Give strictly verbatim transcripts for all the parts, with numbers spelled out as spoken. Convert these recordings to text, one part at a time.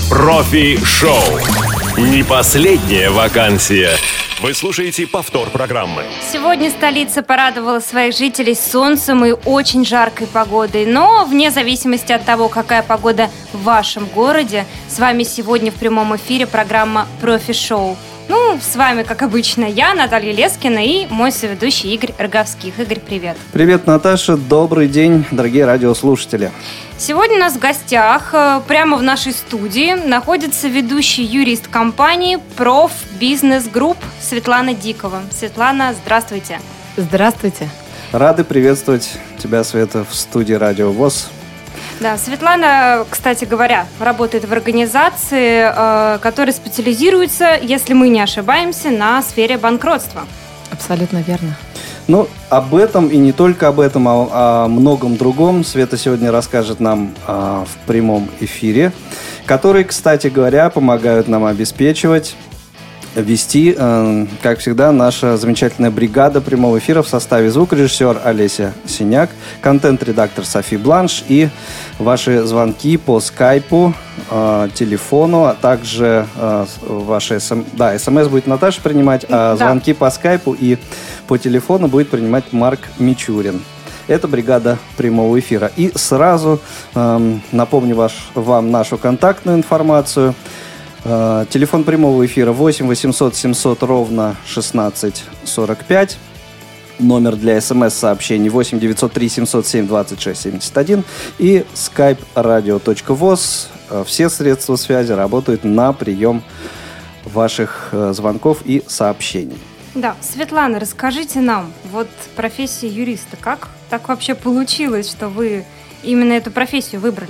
Профи-шоу. Не последняя вакансия. Вы слушаете повтор программы. Сегодня столица порадовала своих жителей солнцем и очень жаркой погодой. Но вне зависимости от того, какая погода в вашем городе, с вами сегодня в прямом эфире программа «Профи-шоу». Ну, с вами, как обычно, я, Наталья Лескина, и мой соведущий Игорь Роговских. Игорь, привет. Привет, Наташа. Добрый день, дорогие радиослушатели. Сегодня у нас в гостях, прямо в нашей студии, находится ведущий юрист компании «Профбизнес Групп» Светлана Дикова. Светлана, здравствуйте. Здравствуйте. Рады приветствовать тебя, Света, в студии Радио ВОС. Да, Светлана, кстати говоря, работает в организации, которая специализируется, если мы не ошибаемся, на сфере банкротства. Абсолютно верно. Ну, об этом и не только об этом, а о многом другом Света сегодня расскажет нам а, в прямом эфире, которые, кстати говоря, помогают нам обеспечивать, вести, э, как всегда, наша замечательная бригада прямого эфира в составе звукорежиссер Олеся Синяк, контент-редактор Софи Бланш и ваши звонки по скайпу, э, телефону, а также э, ваши см... да, смс будет Наташа принимать, а да. Звонки по скайпу и по телефону будет принимать Марк Мичурин. Это бригада прямого эфира. И сразу э, напомню ваш, вам нашу контактную информацию. Телефон прямого эфира восемь восемьсот семьсот ровно шестнадцать сорок пять. Номер для смс-сообщений восемь девятьсот три семьсот семь двадцать шесть семьдесят один. И skype radio точка voz. Все средства связи работают на прием ваших звонков и сообщений. Да, Светлана, расскажите нам, вот профессия юриста, как так вообще получилось, что вы именно эту профессию выбрали?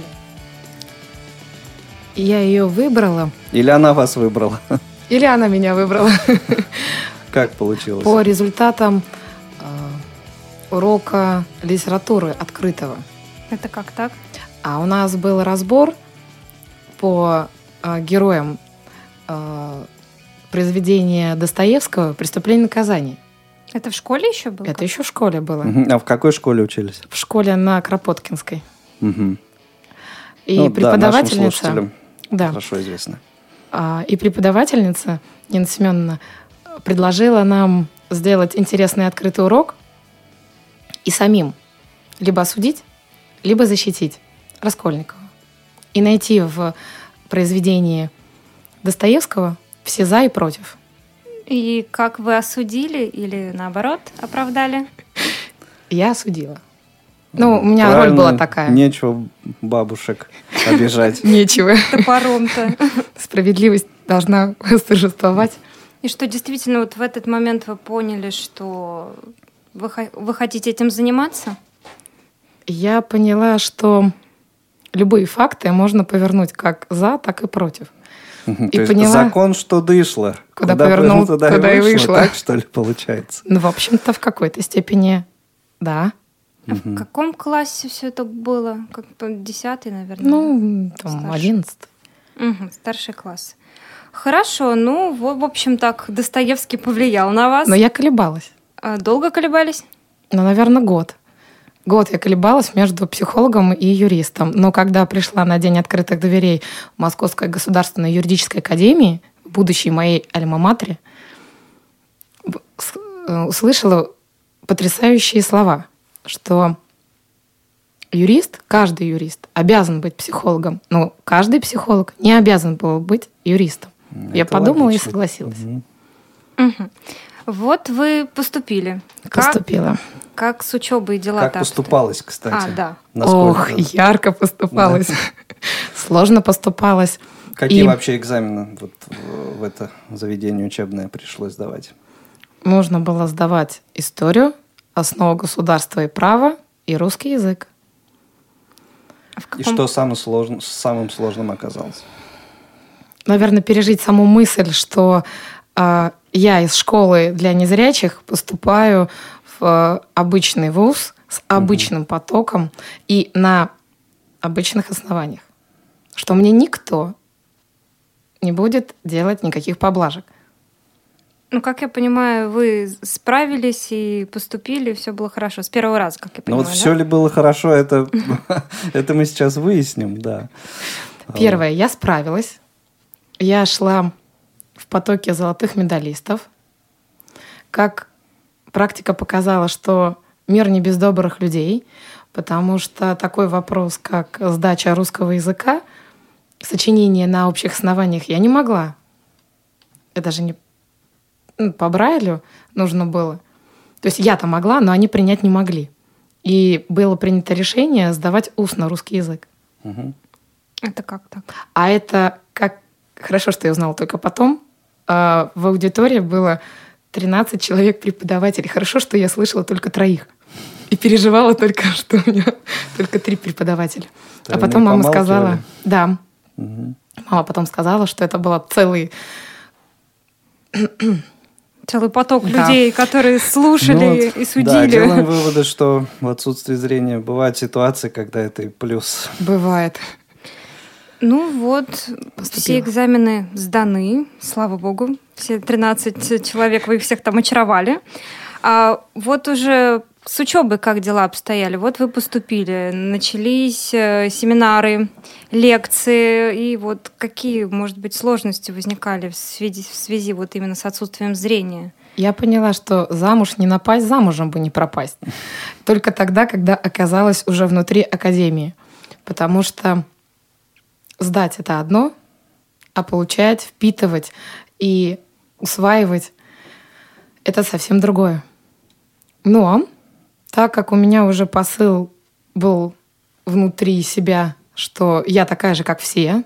Я ее выбрала. Или она вас выбрала? Или она меня выбрала. Как получилось? По результатам э, урока литературы открытого. Это как так? А у нас был разбор по э, героям э, произведения Достоевского «Преступление и наказание». Это в школе еще было? Это еще в школе было. Uh-huh. А в какой школе учились? В школе на Кропоткинской. Uh-huh. И ну, преподавательница... Да, Да. Хорошо известно. А, и преподавательница Нина Семеновна предложила нам сделать интересный открытый урок и самим либо осудить, либо защитить Раскольникова. И найти в произведении Достоевского все за и против. И как вы осудили или, наоборот, оправдали? Я осудила. Ну, у меня Правильно, роль была такая. Нечего бабушек обижать. Нечего. Топором-то. Справедливость должна восторжествовать. И что действительно вот в этот момент вы поняли, что вы, вы хотите этим заниматься? Я поняла, что любые факты можно повернуть как за, так и против. И То поняла, есть закон, что дышло. Куда, куда повернул, туда, туда и вышло. Так, что ли, получается? Ну, в общем-то, в какой-то степени, да. А угу. В каком классе все это было? Как десятый, наверное? Ну, там, одиннадцатый. Угу, старший класс. Хорошо, ну, в общем, так Достоевский повлиял на вас. Но я колебалась. А долго колебались? Ну, наверное, год. Год я колебалась между психологом и юристом. Но когда пришла на День открытых дверей в Московской государственной юридической академии, будущей моей альма-матре, услышала потрясающие слова, что юрист, каждый юрист обязан быть психологом, но каждый психолог не обязан был быть юристом. Это Я подумала логично. И согласилась. Угу. Угу. Вот вы поступили. Поступила. Как, как с учебой дела? Как поступалось, кстати? А, да. Ох, это? ярко поступалось. Да. Сложно поступалось. Какие и... вообще экзамены вот в это заведение учебное пришлось сдавать? Нужно было сдавать историю, основу государства и права и русский язык. А каком... И что самым сложным, самым сложным оказалось? Наверное, пережить саму мысль, что э, я из школы для незрячих поступаю в э, обычный вуз с обычным угу. потоком и на обычных основаниях. Что мне никто не будет делать никаких поблажек. Ну, как я понимаю, вы справились и поступили, все было хорошо. С первого раза, как я понимаю, Ну, вот все ли было хорошо, это, это мы сейчас выясним, да. Первое, я справилась. я шла в потоке золотых медалистов. Как практика показала, что мир не без добрых людей, потому что такой вопрос, как сдача русского языка, сочинение на общих основаниях, я не могла. Это даже не ну, по Брайлю нужно было. То есть я-то могла, но они принять не могли. И было принято решение сдавать устно русский язык. Угу. Это как так? А это как... Хорошо, что я узнала только потом. В аудитории было тринадцать человек преподавателей. Хорошо, что я слышала только троих. И переживала только, что у меня только три преподавателя. То а потом мама помалкивали? сказала... Да. Угу. Мама потом сказала, что это был целый... Целый поток Да. людей, которые слушали Ну вот, и судили. Да, делаем выводы, что в отсутствии зрения бывают ситуации, когда это и плюс. Бывает. Ну вот, Поступила. все экзамены сданы, слава богу. Все тринадцать человек, вы их всех там очаровали. А вот уже с учебой как дела обстояли? Вот вы поступили, начались э, семинары, лекции, и вот какие, может быть, сложности возникали в связи, в связи вот именно с отсутствием зрения? Я поняла, что замуж не напасть, замужем бы не пропасть. Только тогда, когда оказалась уже внутри академии. Потому что сдать — это одно, а получать, впитывать и усваивать — это совсем другое. Но так как у меня уже посыл был внутри себя, что я такая же, как все,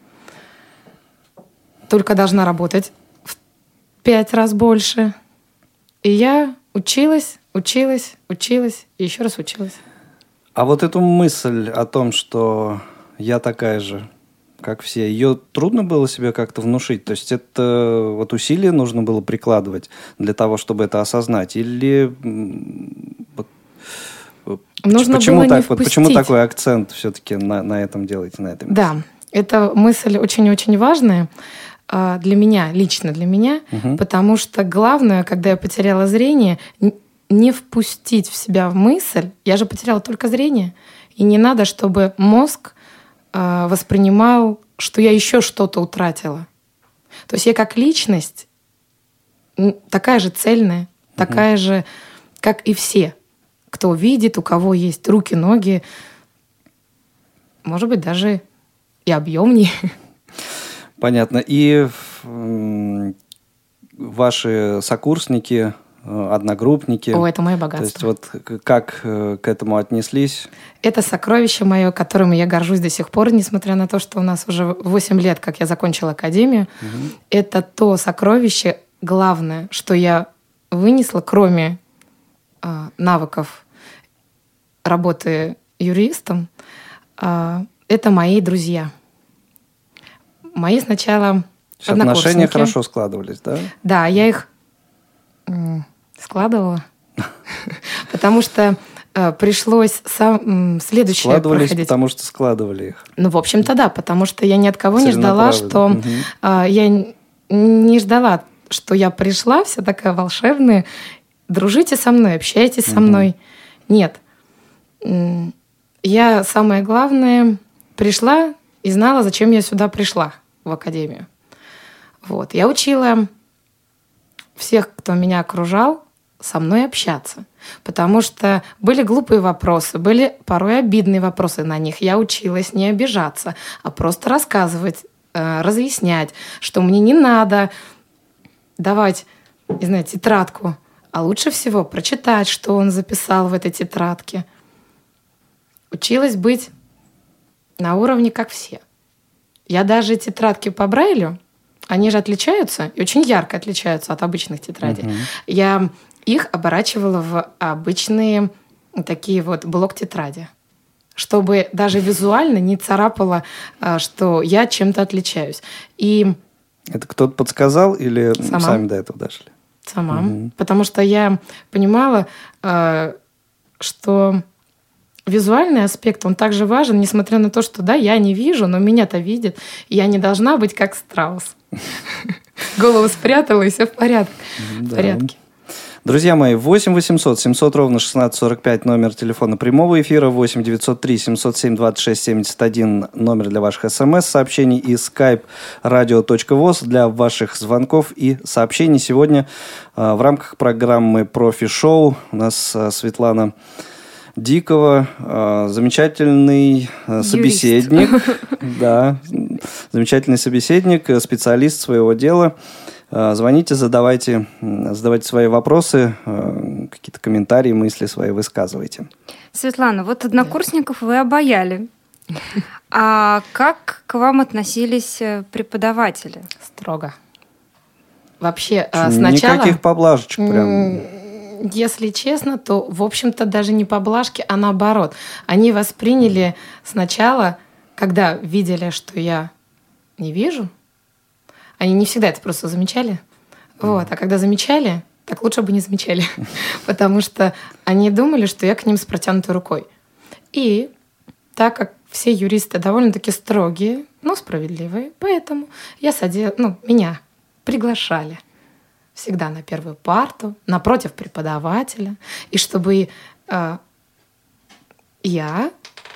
только должна работать в пять раз больше, и я училась, училась, училась и еще раз училась. А вот эту мысль о том, что я такая же, как все, ее трудно было себе как-то внушить? То есть это вот усилия нужно было прикладывать для того, чтобы это осознать? Или вот, Нужно почему, было не так, вот, почему впустить. такой акцент все-таки на, на этом делаете? На этом? Да, эта мысль очень-очень важная а, для меня, лично для меня, Угу. потому что главное, когда я потеряла зрение, н- не впустить в себя мысль, я же потеряла только зрение, и не надо, чтобы мозг а, воспринимал, что я еще что-то утратила. То есть я как личность м, такая же цельная, такая же, как и все, кто видит, у кого есть руки, ноги, может быть, даже и объемнее. Понятно. И м, ваши сокурсники, э, одногруппники, О, это мое то богатство. есть вот к- как э, к этому отнеслись? Это сокровище мое, которым я горжусь до сих пор, несмотря на то, что у нас уже восемь лет, как я закончила академию. Мгм. Это то сокровище, главное, что я вынесла, кроме а, навыков работы юристом, а, это мои друзья. Мои сначала То есть отношения однокурсники. хорошо складывались, да? Да, я их м, складывала, потому что э, пришлось сам, м, следующее Складывались, проходить. потому что складывали их. Ну, в общем-то, да, потому что я ни от кого не ждала, что Целенаправленно. э, я н- не ждала, что я пришла вся такая волшебная, дружите со мной, общайтесь со Мгм. мной. Нет. М, Я, самое главное, пришла и знала, зачем я сюда пришла, в академию. Вот. Я учила всех, кто меня окружал, со мной общаться. Потому что были глупые вопросы, были порой обидные вопросы на них. Я училась не обижаться, а просто рассказывать, э, разъяснять, что мне не надо давать, не знаю, тетрадку, а лучше всего прочитать, что он записал в этой тетрадке. Училась быть на уровне, как все. Я даже тетрадки по Брайлю, они же отличаются, и очень ярко отличаются от обычных тетрадей. Мгм. Я их оборачивала в обычные такие вот блок-тетради, чтобы даже визуально не царапало, а, что я чем-то отличаюсь. И Это кто-то подсказал или Сама. сами до этого дошли? сама, Мгм. потому что я понимала, а, что визуальный аспект, он также важен, несмотря на то, что, да, я не вижу, но меня-то видит, и я не должна быть как страус. Голову спрятала, и все в порядке. В Да. порядке. Друзья мои, восемь восемьсот семьсот ровно шестнадцать сорок пять номер телефона прямого эфира, восемь девятьсот три семьсот семь двадцать шесть семьдесят один номер для ваших смс-сообщений и skype radio точка voz для ваших звонков и сообщений. Сегодня э, в рамках программы «Профи-шоу» у нас э, Светлана Дикова, э, замечательный э, собеседник, да, замечательный собеседник, специалист своего дела. Звоните, задавайте, задавайте свои вопросы, какие-то комментарии, мысли свои высказывайте. Светлана, вот однокурсников вы обаяли. А как к вам относились преподаватели? Строго. Вообще, сначала... Никаких поблажечек прям. Если честно, то, в общем-то, даже не поблажки, а наоборот. Они восприняли сначала, когда видели, что я не вижу. Они не всегда это просто замечали. Вот. А когда замечали, так лучше бы не замечали. Потому что они думали, что я к ним с протянутой рукой. И так как все юристы довольно-таки строгие, но справедливые, поэтому я садила, ну, меня приглашали всегда на первую парту, напротив преподавателя. И чтобы э, я,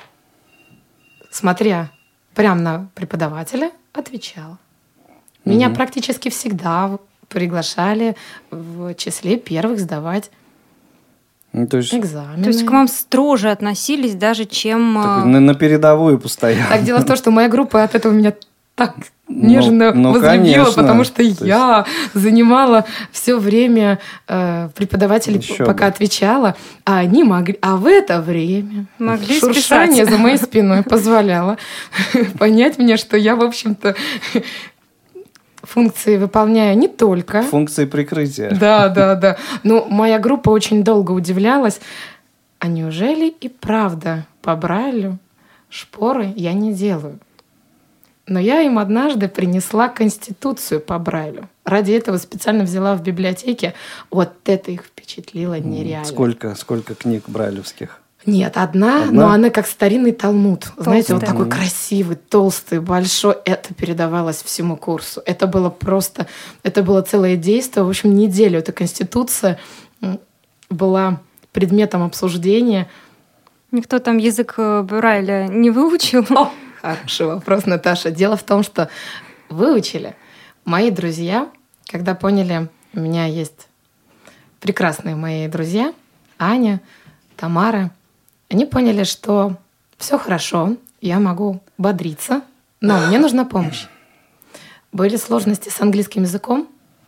смотря прямо на преподавателя, отвечала. Меня угу. практически всегда приглашали в числе первых сдавать ну, то есть, экзамены. То есть к вам строже относились даже, чем... На, на передовую постоянно. Так дело в том, что моя группа от этого меня так нежно ну, ну, возлюбила, конечно. потому что то я есть... занимала все время э, преподавателей, Еще пока бы. отвечала, а они могли... А в это время могли шуршание за моей спиной позволяло понять мне, что я, в общем-то... функции выполняю не только. Функции прикрытия. Да, да, да. Но моя группа очень долго удивлялась. А неужели и правда по Брайлю шпоры я не делаю? Но я им однажды принесла Конституцию по Брайлю. Ради этого специально взяла в библиотеке. Вот это их впечатлило нереально. Сколько, сколько книг брайлевских? Нет, одна, одна, но она как старинный талмуд. Толстый. Знаете, вот такой красивый, толстый, большой. Это передавалось всему курсу. Это было просто... Это было целое действие. В общем, неделю эта Конституция была предметом обсуждения. Никто там язык Брайля не выучил? О, хороший вопрос, Наташа. Дело в том, что выучили. Мои друзья, когда поняли, у меня есть прекрасные мои друзья, Аня, Тамара, они поняли, что все хорошо, я могу бодриться, но мне нужна помощь. Были сложности с английским языком,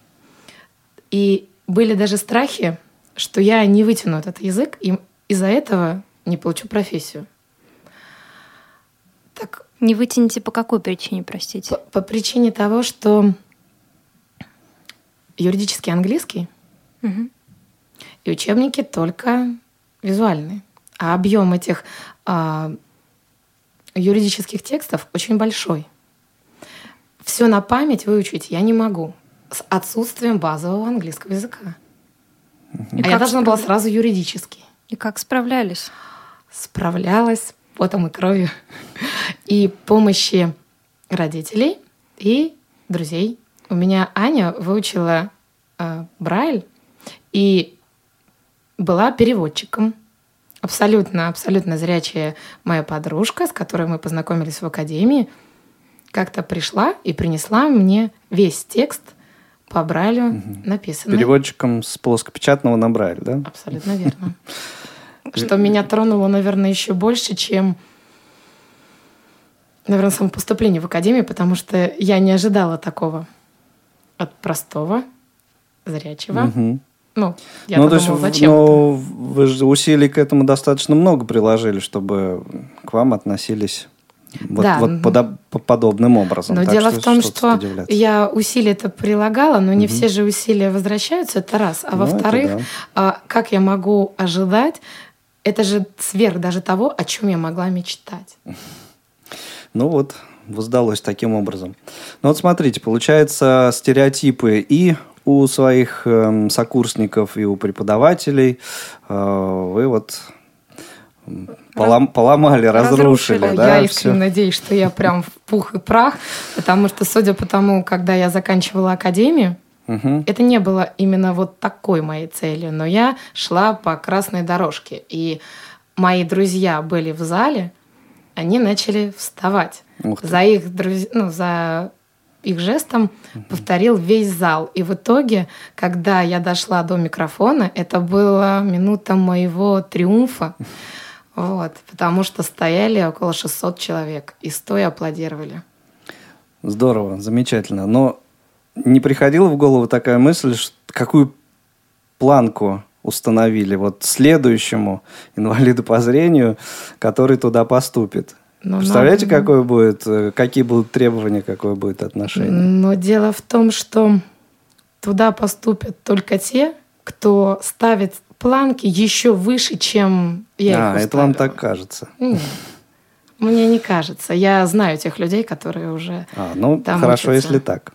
и были даже страхи, что я не вытяну этот язык, и из-за этого не получу профессию. Так, не вытянете по какой причине, простите? По, по причине того, что юридический английский угу. и учебники только визуальные. А объем этих а, юридических текстов очень большой. Все на память выучить я не могу с отсутствием базового английского языка. И а я должна справ... была сразу юридический. И как справлялись? Справлялась потом и кровью. И помощи родителей и друзей. У меня Аня выучила э, Брайль и была переводчиком. Абсолютно, абсолютно зрячая моя подружка, с которой мы познакомились в академии, как-то пришла и принесла мне весь текст по Брайлю угу. написанный. Переводчиком с плоскопечатного на Брайль, да? Абсолютно верно. Что меня тронуло, наверное, еще больше, чем, наверное, само поступление в академию, потому что я не ожидала такого от простого, зрячего. Угу. Ну, я ну, подумала, зачем но это? Вы же усилий к этому достаточно много приложили, чтобы к вам относились вот, да. вот подо- подобным образом. Но так дело что, в том, что, что я усилия это прилагала, но не угу. все же усилия возвращаются, это раз. А ну, во-вторых, да. как я могу ожидать, это же сверх даже того, о чем я могла мечтать. Ну вот, воздалось таким образом. Ну вот смотрите, получается, стереотипы и у своих э, сокурсников, и у преподавателей э, вы вот полом, поломали, разрушили. разрушили да, я искренне надеюсь, что я прям в пух и прах, потому что, судя по тому, когда я заканчивала академию, Угу. Это не было именно вот такой моей целью, но я шла по красной дорожке, и мои друзья были в зале, они начали вставать. За их, друз... ну, за их жестом угу. повторил весь зал. И в итоге, когда я дошла до микрофона, это была минута моего триумфа, вот, потому что стояли около шестьсот человек, и стоя аплодировали. Здорово, замечательно. Но не приходила в голову такая мысль, что какую планку установили вот следующему инвалиду по зрению, который туда поступит? Ну, Представляете, но... какое будет, какие будут требования, какое будет отношение? Но дело в том, что туда поступят только те, кто ставит планки еще выше, чем я а, их уставила. Это вам так кажется? Нет. Мне не кажется. Я знаю тех людей, которые уже а, ну, там хорошо, учатся. Если так.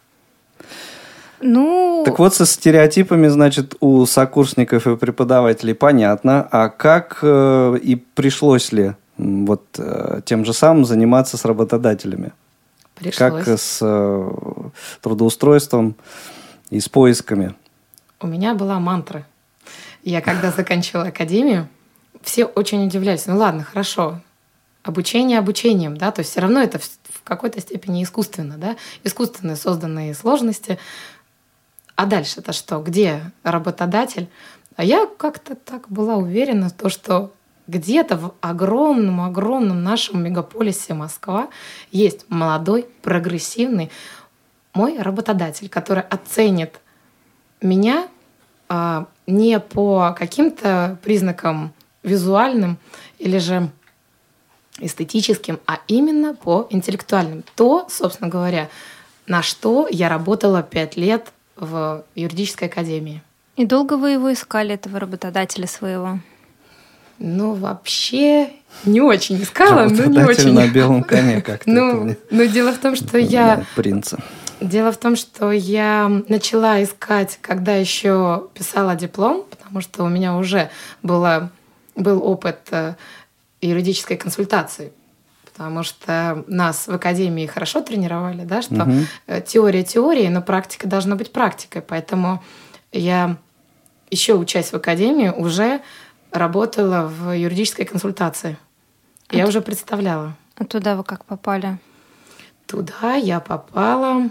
Ну... Так вот, со стереотипами, значит, у сокурсников и преподавателей понятно. А как э, и пришлось ли вот э, тем же самым заниматься с работодателями? Пришлось. Как с э, трудоустройством и с поисками? У меня была мантра. Я когда заканчивала академию, все очень удивлялись. Ну ладно, хорошо, обучение обучением, да, то есть все равно это в какой-то степени искусственно, да, искусственно созданные сложности. А дальше-то что? Где работодатель? А я как-то так была уверена, то, что где-то в огромном-огромном нашем мегаполисе Москва есть молодой, прогрессивный мой работодатель, который оценит меня а, не по каким-то признакам визуальным или же эстетическим, а именно по интеллектуальным. То, собственно говоря, на что я работала пять лет в юридической академии. И долго вы его искали, этого работодателя своего? Ну, вообще не очень искала, но не очень. На белом коне как-то. Ну, но дело в том, что я... Принца. Дело в том, что я начала искать, когда еще писала диплом, потому что у меня уже было, был опыт юридической консультации, потому что нас в академии хорошо тренировали, да, что угу. теория теорией, но практика должна быть практикой. Поэтому я, еще учась в академии, уже работала в юридической консультации. Я а уже представляла. А туда вы как попали? Туда я попала...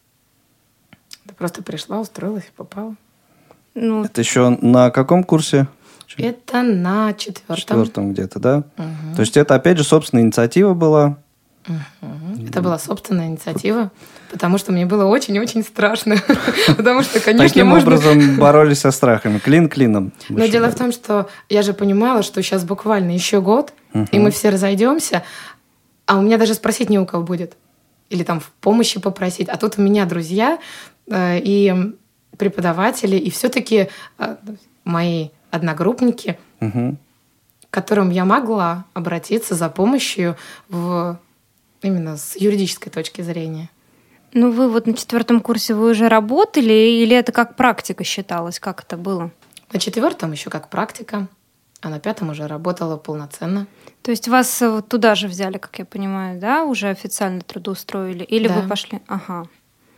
Да просто пришла, устроилась и попала. Ну, это еще на каком курсе? Это на четвертом. Четвертом где-то, да? Угу. То есть это, опять же, собственная инициатива была? Угу. Это была собственная инициатива, потому что мне было очень-очень страшно. Потому что, конечно, Таким образом боролись со страхами, клин клином. Но дело в том, что я же понимала, что сейчас буквально еще год, и мы все разойдемся, а у меня даже спросить не у кого будет. Или там в помощи попросить. А тут у меня друзья и преподаватели, и все-таки мои одногруппники, угу. к которым я могла обратиться за помощью в, именно с юридической точки зрения. Ну, вы вот на четвертом курсе вы уже работали, или это как практика считалось? Как это было? На четвертом еще как практика, а на пятом уже работала полноценно. То есть вас туда же взяли, как я понимаю, да? Уже официально трудоустроили? Или да. вы пошли? Ага.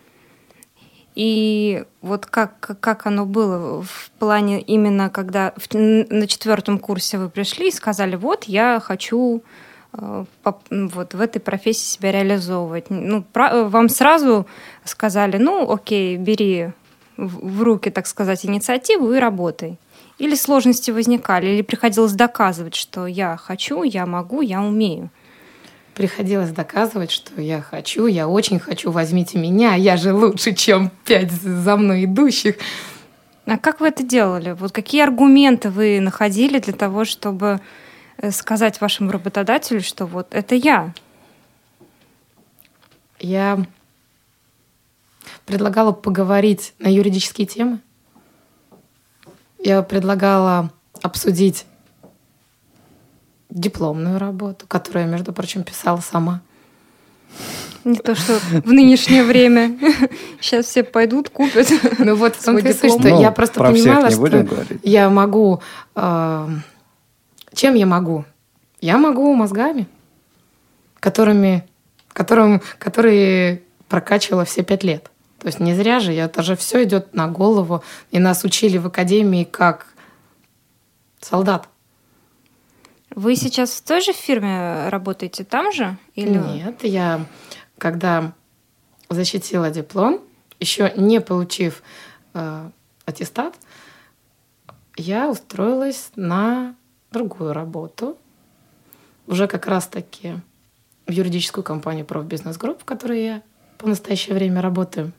И вот как, как оно было в плане именно, когда в, на четвертом курсе вы пришли и сказали, вот, я хочу э, по, вот в этой профессии себя реализовывать. Ну, про, вам сразу сказали, ну, окей, бери в, в руки, так сказать, инициативу и работай. Или сложности возникали, или приходилось доказывать, что я хочу, я могу, я умею? Приходилось доказывать, что я хочу, я очень хочу, возьмите меня, я же лучше, чем пять за мной идущих. А как вы это делали? Вот какие аргументы вы находили для того, чтобы сказать вашему работодателю, что вот это я? Я предлагала поговорить на юридические темы. Я предлагала обсудить дипломную работу, которую я, между прочим, писала сама. Не то, что в нынешнее время. Сейчас все пойдут, купят. Ну вот в том-то и суть, что я просто понимала, что я могу... Чем я могу? Я могу мозгами, которыми, которым, которые прокачивала все пять лет. То есть не зря же, это же все идет на голову. И нас учили в академии как солдат. Вы сейчас в той же фирме работаете там же? Или... Нет, я, когда защитила диплом, еще не получив э, аттестат, я устроилась на другую работу. Уже как раз-таки в юридическую компанию «Профбизнес-групп», в которой я по настоящее время работаю.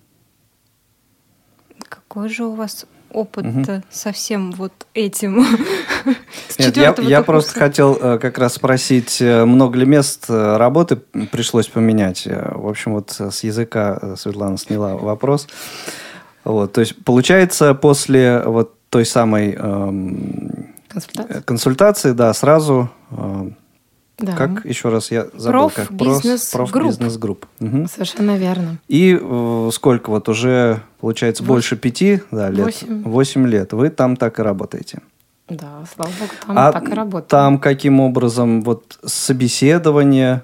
Какой же у вас опыт-то угу. со всем вот этим? Нет, я, я просто хотел как раз спросить, много ли мест работы пришлось поменять. В общем, вот с языка Светлана сняла вопрос. Вот, то есть, получается, после вот той самой эм, консультации? консультации, да, сразу... Э, Да. Как, еще раз, я забыл, как профбизнес-групп. Угу. Совершенно верно. И э, сколько вот уже, получается, Восемь. больше пяти да, лет? Восемь. Восемь лет. Вы там так и работаете? Да, слава богу, там а так и работаем. Там каким образом вот собеседование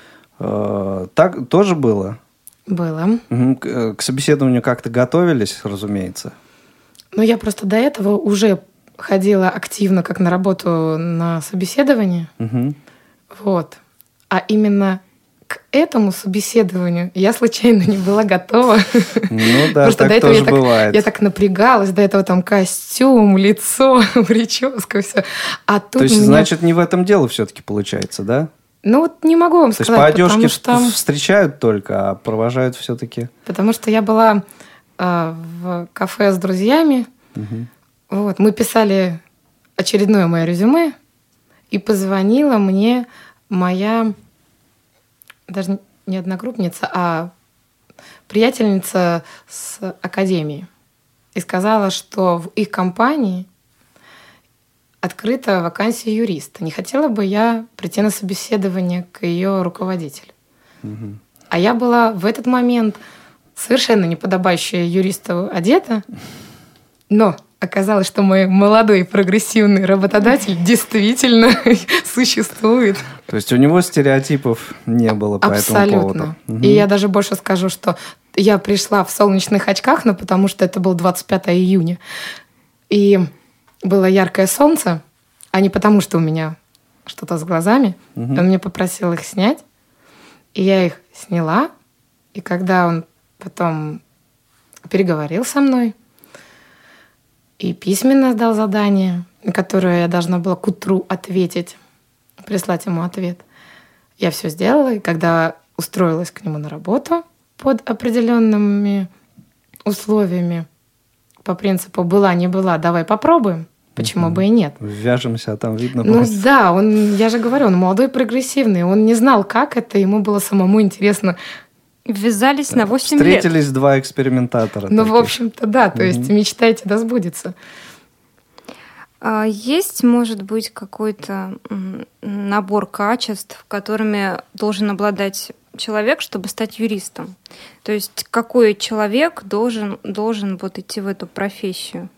э, так тоже было? Было. Угу. К, к собеседованию как-то готовились, разумеется? Ну, я просто до этого уже ходила активно как на работу на собеседование. Угу. Вот. А именно к этому собеседованию я случайно не была готова. Ну да, так тоже бывает. Я так напрягалась, до этого там костюм, лицо, прическа, все. А тут То есть, значит, не в этом дело все-таки получается, да? Ну вот не могу вам сказать. То есть по одежке что... встречают только, а провожают все-таки? Потому что я была э, в кафе с друзьями. Угу. Вот, мы писали очередное мое резюме, и позвонила мне моя, даже не одногруппница, а приятельница с академии. И сказала, что в их компании открыта вакансия юриста. Не хотела бы я прийти на собеседование к ее руководителю. Угу. А я была в этот момент совершенно неподобающая юристу одета, но... Оказалось, что мой молодой прогрессивный работодатель действительно существует. То есть у него стереотипов не было по Абсолютно. этому поводу? Угу. И я даже больше скажу, что я пришла в солнечных очках, но потому что это был двадцать пятого июня. И было яркое солнце, а не потому, что у меня что-то с глазами. Угу. Он меня попросил их снять, и я их сняла. И когда он потом переговорил со мной, и письменно сдал задание, на которое я должна была к утру ответить, прислать ему ответ. Я все сделала, и когда устроилась к нему на работу под определенными условиями, по принципу «была, не была, давай попробуем», почему угу. бы и нет. Вяжемся, а там видно. Ну просто. Да, он, я же говорю, он молодой, прогрессивный, он не знал, как это, ему было самому интересно. Ввязались на восемь лет. Встретились два экспериментатора. Ну, таких. в общем-то, да. То есть, мечтайте, да сбудется. А есть, может быть, какой-то набор качеств, которыми должен обладать человек, чтобы стать юристом? То есть, какой человек должен, должен вот идти в эту профессию?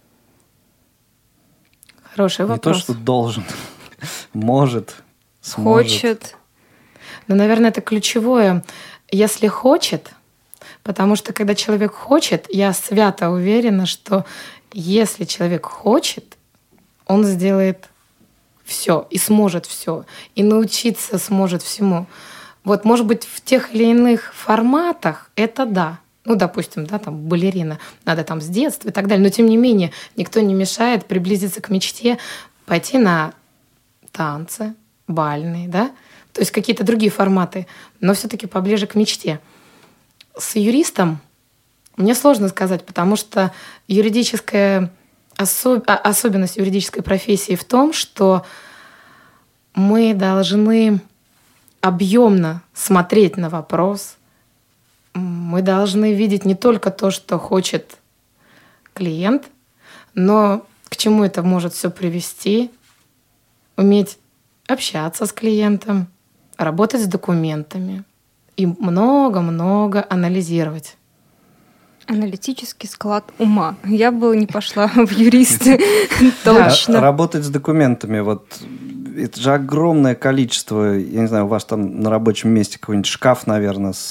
Хороший вопрос. Не то, что должен. Может, сможет. Хочет. Ну, наверное, это ключевое. Если хочет, потому что когда человек хочет, я свято уверена, что если человек хочет, он сделает все и сможет все, и научиться сможет всему. Вот, может быть, в тех или иных форматах это да. Ну, допустим, да, там балерина, надо там с детства и так далее. Но тем не менее, никто не мешает приблизиться к мечте, пойти на танцы бальные, да, то есть какие-то другие форматы, но все-таки поближе к мечте. С юристом мне сложно сказать, потому что юридическая особ... особенность юридической профессии в том, что мы должны объемно смотреть на вопрос, мы должны видеть не только то, что хочет клиент, но к чему это может все привести, уметь общаться с клиентом, работать с документами и много-много анализировать. Аналитический склад ума. Я бы не пошла в юристы. Точно. Работать с документами. Вот это же огромное количество. Я не знаю, у вас там на рабочем месте какой-нибудь шкаф, наверное, с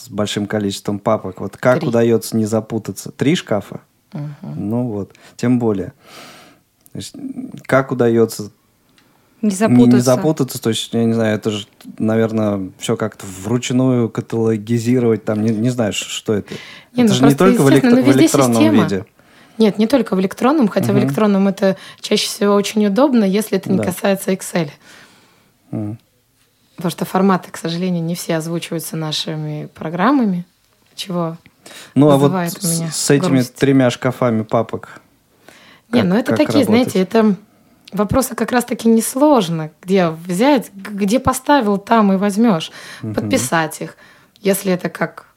с большим количеством папок. Вот как Три. удается не запутаться? Три шкафа? Угу. Ну вот, тем более. То есть, как удается Не запутаться. Не, не запутаться, то есть, я не знаю, это же, наверное, все как-то вручную каталогизировать, там, не, не знаешь, что это. Не, это ну же не только в, электро- ну, в электронном система. виде. Нет, не только в электронном, хотя Угу. в электронном это чаще всего очень удобно, если это не Да. касается Excel. Угу. Потому что форматы, к сожалению, не все озвучиваются нашими программами, чего Ну, а вот вызывает у меня с, с этими грусть. тремя шкафами папок. Не, как- ну это как такие, работать? знаете, это вопросы как раз-таки несложно. Где взять, где поставил, там и возьмешь. Мгм. Подписать их. Если это как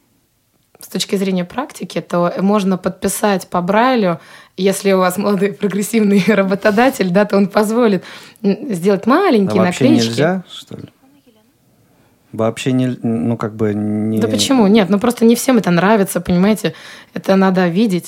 с точки зрения практики, то можно подписать по Брайлю. Если у вас молодой прогрессивный работодатель, да, то он позволит м, сделать А маленькие вообще наклеечки. нельзя, что ли? Вообще не, ну как бы не. Да почему? Нет, ну просто не всем это нравится, понимаете? Это надо видеть.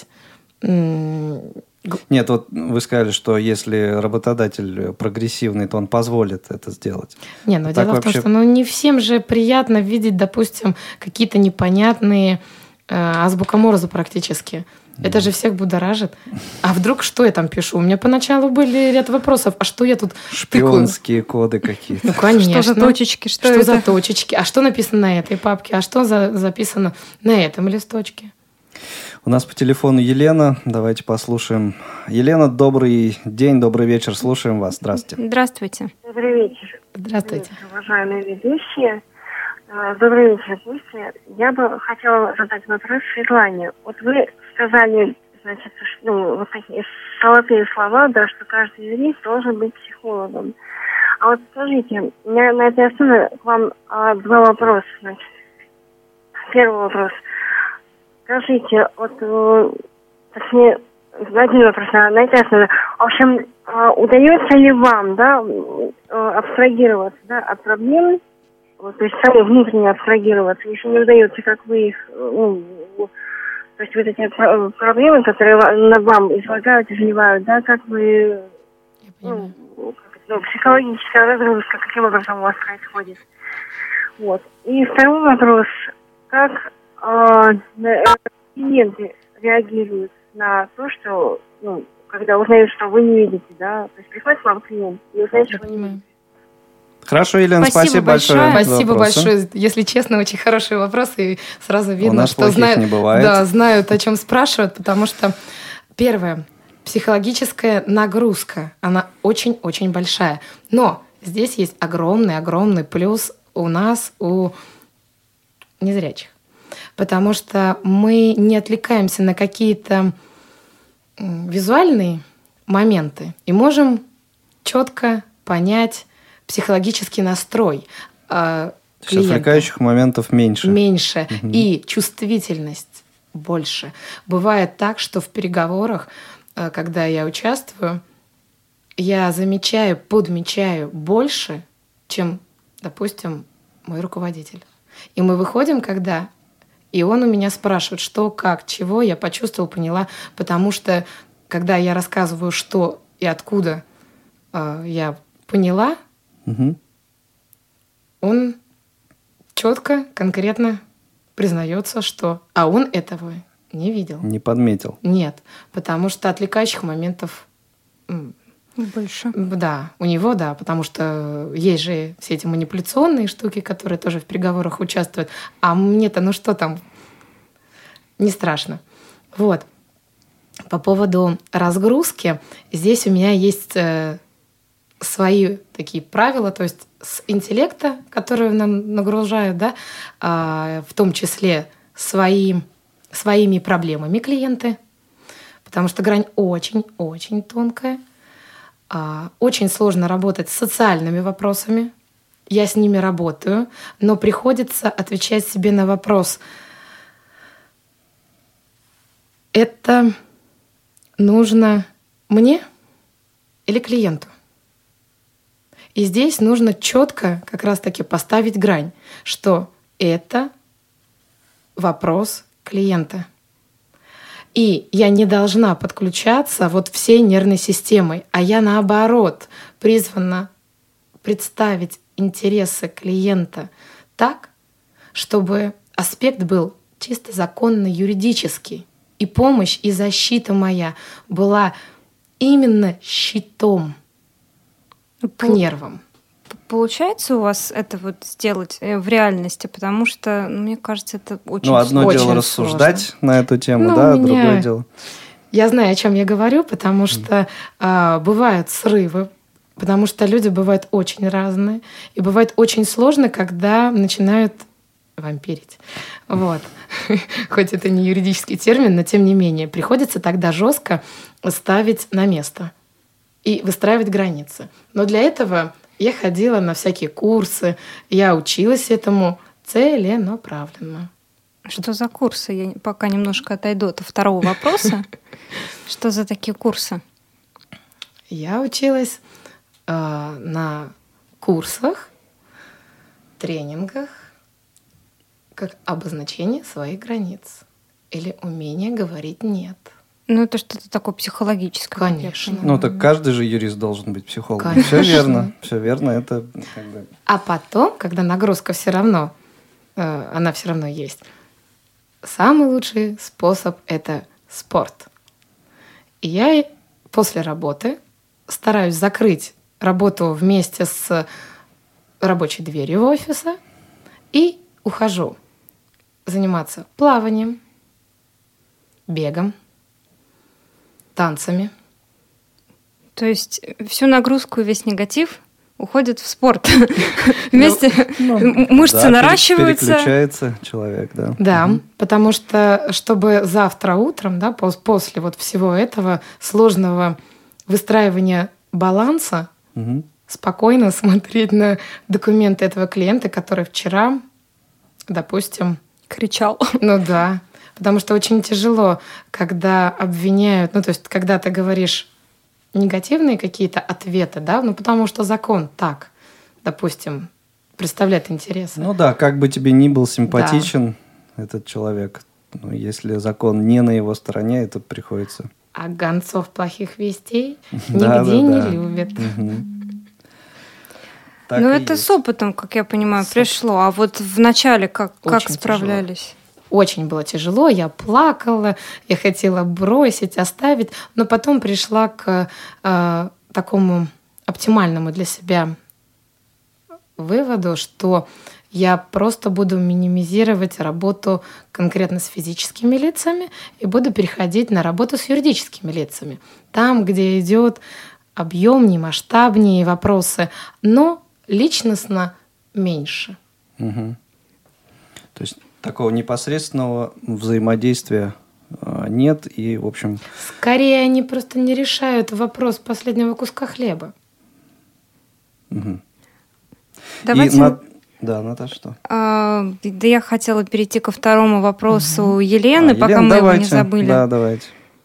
М, г- Нет, вот вы сказали, что если работодатель прогрессивный, то он позволит это сделать. Не, ну А так дело в вообще- том, что ну, не всем же приятно видеть, допустим, какие-то непонятные э, азбука Морзе практически. Это же всех будоражит. А вдруг что я там пишу? У меня поначалу были ряд вопросов. А что я тут тыкаю? Шпионские коды какие-то. Ну, конечно. Что за точечки? Что, Что это? за точечки? А что написано на этой папке? А что за, записано на этом листочке? У нас по телефону Елена. Давайте послушаем. Елена, добрый день, добрый вечер. Слушаем вас. Здравствуйте. Здравствуйте. Добрый вечер. Здравствуйте. Добрый вечер, уважаемые ведущие. Э, Добрый вечер, гости. Я бы хотела задать вопрос Светлане. Вот вы сказали, значит, ш- ну, вот такие золотые слова, да, что каждый юрист должен быть психологом. А вот скажите, у меня на этой основе к вам а, два вопроса, значит. Первый вопрос. Скажите, вот, э, точнее, один вопрос на, на этой основе. В общем, э, удается ли вам, да, э, абстрагироваться, да, от проблем, вот, то есть самой внутренне абстрагироваться, если не удается, как вы их, э, ну, то есть вот эти про- проблемы, которые ва- на вам излагают, изливают, да, как вы, Я понимаю. ну, как это, ну, психологическая разгрузка, каким образом у вас происходит. Вот. И второй вопрос. Как э, на- клиенты реагируют на то, что, ну, когда узнают, что вы не видите, да, то есть приходит к вам клиент и узнает, Я что вы не понимаю. видите. Хорошо, Елена, Спасибо спасибо, большое. большое. за Спасибо вопросы. большое. Если честно, очень хорошие вопросы. И сразу видно, нас что плохих знают, не бывает. да, знают, о чем спрашивают, потому что первое, психологическая нагрузка, она очень-очень большая. Но здесь есть огромный-огромный плюс у нас, у незрячих. Потому что мы не отвлекаемся на какие-то м, визуальные моменты и можем четко понять психологический настрой э, То есть клиента. отвлекающих моментов меньше. Меньше. Мгм. И чувствительность больше. Бывает так, что в переговорах, э, когда я участвую, я замечаю, подмечаю больше, чем, допустим, мой руководитель. И мы выходим, когда... И он у меня спрашивает, что, как, чего, я почувствовала, поняла. Потому что, когда я рассказываю, что и откуда э, я поняла, Мгм. он четко, конкретно признается, что... А он этого не видел. Не подметил. Нет, потому что отвлекающих моментов... м, Больше. Да, у него, да, потому что есть же все эти манипуляционные штуки, которые тоже в переговорах участвуют. А мне-то, ну что там, не страшно. Вот. По поводу разгрузки, здесь у меня есть э, свои такие правила, то есть с интеллекта, которые нам нагружают, да, а, в том числе свои, своими проблемами клиенты, потому что грань очень-очень тонкая. А, Очень сложно работать с социальными вопросами. Я с ними работаю, но приходится отвечать себе на вопрос: это нужно мне или клиенту? И здесь нужно четко как раз-таки поставить грань, что это вопрос клиента. И я не должна подключаться вот всей нервной системой, а я, наоборот, призвана представить интересы клиента так, чтобы аспект был чисто законно-юридический. И помощь, и защита моя была именно щитом к нервам. Получается у вас это вот сделать в реальности? Потому что, ну, мне кажется, это очень Ну, одно очень дело сложно. рассуждать на эту тему, Ну, да, у меня- другое дело. Я знаю, о чем я говорю, потому что а, бывают срывы, потому что люди бывают очень разные, и бывает очень сложно, когда начинают вампирить. Вот. Хоть это не юридический термин, но тем не менее. Приходится тогда жестко ставить на место и выстраивать границы. Но для этого я ходила на всякие курсы, я училась этому целенаправленно. Что за курсы? Я пока немножко отойду от второго вопроса. Что за такие курсы? Я училась э, на курсах, тренингах, как обозначение своих границ или умение говорить «нет». Ну, это что-то такое психологическое. как я Конечно. понимаю. Ну, так каждый же юрист должен быть психологом. Конечно. Все верно, все верно. Это как бы... А потом, когда нагрузка все равно, э, она все равно есть, самый лучший способ – это спорт. И я после работы стараюсь закрыть работу вместе с рабочей дверью офиса и ухожу заниматься плаванием, бегом, танцами. То есть всю нагрузку и весь негатив уходит в спорт. Вместе мышцы Да, наращиваются. переключается человек, да. Да, потому что чтобы завтра утром, да, пос- после вот всего этого сложного выстраивания баланса, Мгм. спокойно смотреть на документы этого клиента, который вчера, допустим, Кричал. ну да, потому что очень тяжело, когда обвиняют, ну то есть когда ты говоришь негативные какие-то ответы, да, ну потому что закон так, допустим, представляет интересы. Ну да, как бы тебе ни был симпатичен этот человек, ну, если закон не на его стороне, это приходится... А гонцов плохих вестей Да, нигде да, не да. любят. Мгм. Так Ну, и это есть. с опытом, как я понимаю, С пришло. А вот в начале как, как Очень справлялись? Очень было тяжело, я плакала, я хотела бросить, оставить, но потом пришла к э, такому оптимальному для себя выводу, что я просто буду минимизировать работу конкретно с физическими лицами и буду переходить на работу с юридическими лицами. Там, где идет объемнее, масштабнее вопросы, но личностно меньше. Мгм. То есть такого непосредственного взаимодействия а, нет, и, в общем... Скорее, они просто не решают вопрос последнего куска хлеба. Мгм. Давайте... И на- Да, Наташа, что? а, да я хотела перейти ко второму вопросу Елены, А, пока Елена, мы его давайте. не забыли. Да, давайте.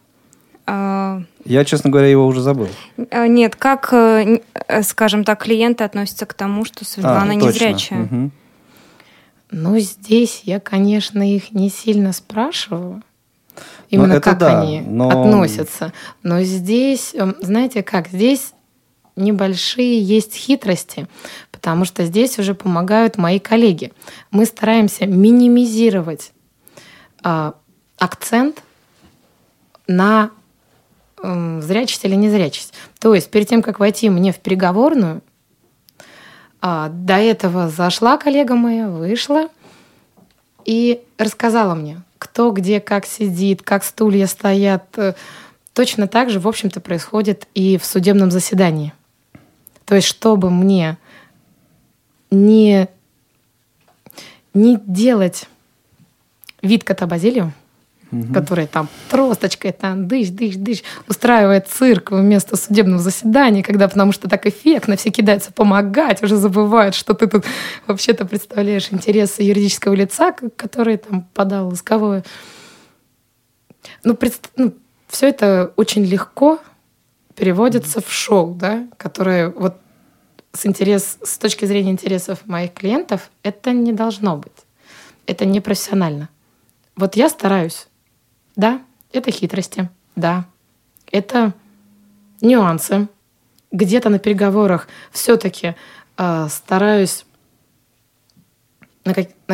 А, Я, честно говоря, его уже забыл. а, нет, как, э, н- э, скажем так, клиенты относятся к тому, что Светлана А, точно. незрячая? Мгм. Ну, здесь я, конечно, их не сильно спрашиваю. Именно это как да, они но- относятся. Но здесь, эм, знаете как, здесь небольшие есть хитрости, потому что здесь уже помогают мои коллеги. Мы стараемся минимизировать а, акцент на м, зрячесть или незрячесть. То есть перед тем, как войти мне в переговорную, а, до этого зашла коллега моя, вышла и рассказала мне, кто где как сидит, как стулья стоят. Э, Точно так же, в общем-то, происходит и в судебном заседании. То есть, чтобы мне не, не делать вид кота Базилио, который там тросточкой там дыш-дыш-дыш устраивает цирк вместо судебного заседания, когда потому что так эффектно все кидаются помогать, уже забывают, что ты тут вообще-то представляешь интересы юридического лица, который там подал исковое. Ну, предст... ну, все это очень легко переводится в шоу, да, которое вот с, интерес... с точки зрения интересов моих клиентов это не должно быть. Это непрофессионально. Вот я стараюсь. Да, это хитрости. Да, это нюансы. Где-то на переговорах все-таки э, стараюсь на, как... на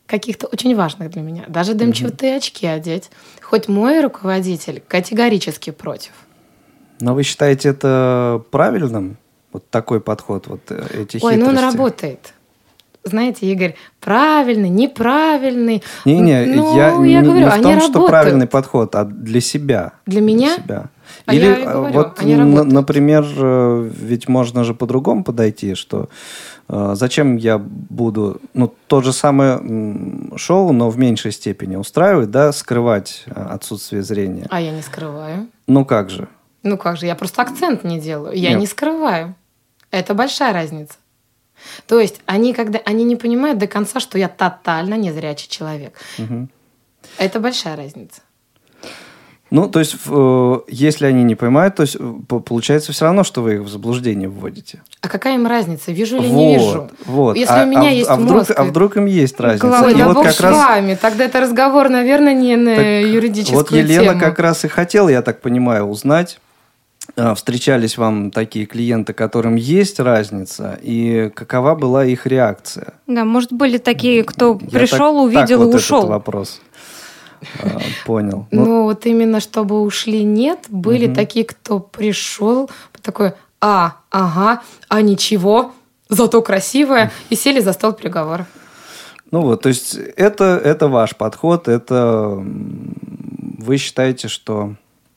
каких-то очень важных для меня. Даже дымчатые очки одеть. Хоть мой руководитель категорически против. Но вы считаете это правильным? Вот такой подход, вот эти хитрости? Ой, ну он работает. Знаете, Игорь, правильный, неправильный. Не-не, ну, я, я не, говорю, не в они том, что работают. правильный подход, а для себя. Для меня? Для себя. А Или я и говорю, вот, они н- работают. например, э, ведь можно же по-другому подойти, что э, зачем я буду, ну, то же самое м, шоу, но в меньшей степени устраивать, да, скрывать э, отсутствие зрения. А я не скрываю. Ну как же? Ну как же, я просто акцент не делаю. Я Нет. не скрываю. Это большая разница. То есть они, когда, они не понимают до конца, что я тотально незрячий человек. Мгм. Это большая разница. Ну, то есть, э, если они не понимают, то есть, э, по- получается все равно, что вы их в заблуждение вводите. А какая им разница, вижу или вот, не вижу? Вот. Если а, у меня а в- есть а вдруг, мозг... а вдруг им есть разница? Голова- И да вот бог как с раз вами. Тогда это разговор, наверное, не на Так юридическую вот Елена тему. как раз и хотела, я так понимаю, узнать, а, встречались вам такие клиенты, которым есть разница, и какова была их реакция? Да, может, были такие, кто Я пришел, так- увидел так и вот ушел. этот вопрос а, понял. Ну, Ну, вот именно чтобы ушли, нет. Были Мгм. такие, кто пришел, такой, а, ага, а ничего, зато красивая, и сели за стол переговоров. ну вот, то есть это, это ваш подход, это м, вы считаете, что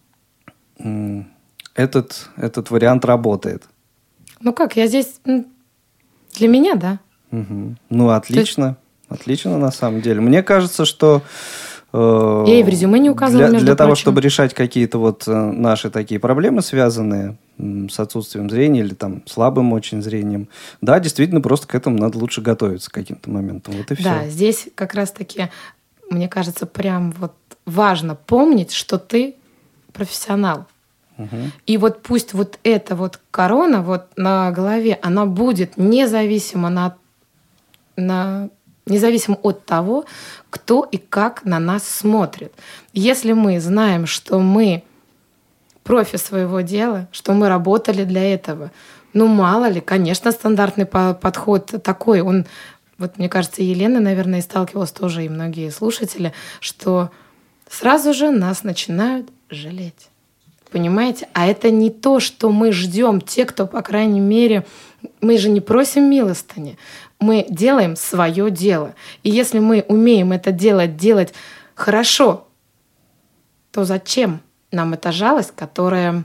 м, этот, этот вариант работает? Ну как, я здесь... м, Для меня, да. Мгм. Ну, отлично. Отлично, на самом деле. Мне кажется, что... э, Я и в резюме не указывала, Для, между для того, прочим. чтобы решать какие-то вот э, наши такие проблемы, связанные м, с отсутствием зрения или там слабым очень зрением, да, действительно, просто к этому надо лучше готовиться к каким-то моментам. Вот и все. Да, здесь как раз-таки, мне кажется, прям вот важно помнить, что ты профессионал. Мгм. И вот пусть вот эта вот корона вот на голове, она будет независимо, на, на, независимо от того, кто и как на нас смотрит. Если мы знаем, что мы профи своего дела, что мы работали для этого, ну мало ли, конечно, стандартный по- подход такой, он, вот мне кажется, Елена, наверное, и сталкивалась тоже, и многие слушатели, что сразу же нас начинают жалеть. Понимаете? А это не то, что мы ждем. Те, кто, по крайней мере, мы же не просим милостыни. Мы делаем свое дело. И если мы умеем это делать, делать хорошо, то зачем нам эта жалость, которая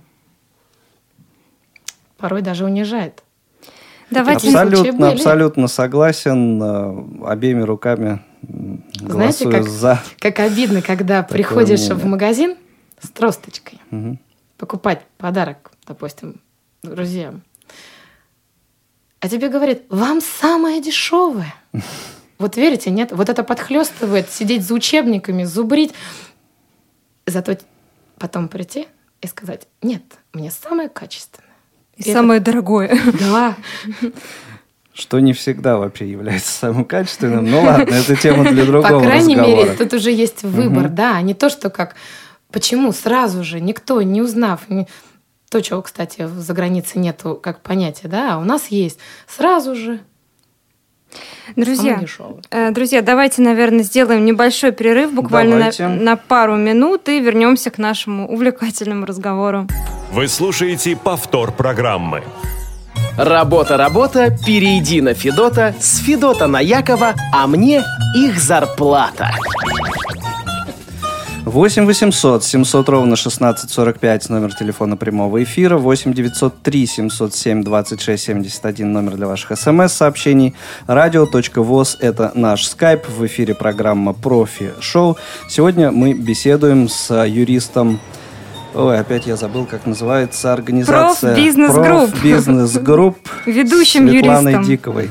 порой даже унижает? Давайте... случаи Абсолютно, были. абсолютно согласен. э, Обеими руками м, Знаете, голосую как, за. как обидно, когда Такое приходишь мнение. в магазин с тросточкой, Мгм. покупать подарок, допустим, друзьям. А тебе говорят, вам самое дешевое. Вот верите, нет? Вот это подхлестывает, сидеть за учебниками, зубрить. Зато потом прийти и сказать, нет, мне самое качественное. И И самое дорогое. Да, Что не всегда вообще является самым качественным. Ну ладно, это тема для другого по крайней разговора. мере, тут уже есть выбор, Мгм. да, а не то, что как... Почему сразу же никто, не узнав, не- то, чего, кстати, за границей нету как понятия, да, а у нас есть, сразу же Друзья, самое дешевое. э, друзья, давайте, наверное, сделаем небольшой перерыв, буквально на, Давайте. на пару минут, и вернемся к нашему увлекательному разговору. Вы слушаете повтор программы. Работа, работа, перейди на Федота, с Федота на Якова, а мне их зарплата. восемь восемьсот семьсот ровно шестнадцать сорок пять номер телефона прямого эфира, восемь девятьсот три семьсот семь двадцать шесть семьдесят один номер для ваших смс-сообщений, радио.воз это наш скайп, в эфире программа «Профи-шоу». Сегодня мы беседуем с юристом, ой, опять я забыл, как называется организация. Профбизнес-групп. Профбизнес-групп. Ведущим Светланой юристом. Диковой.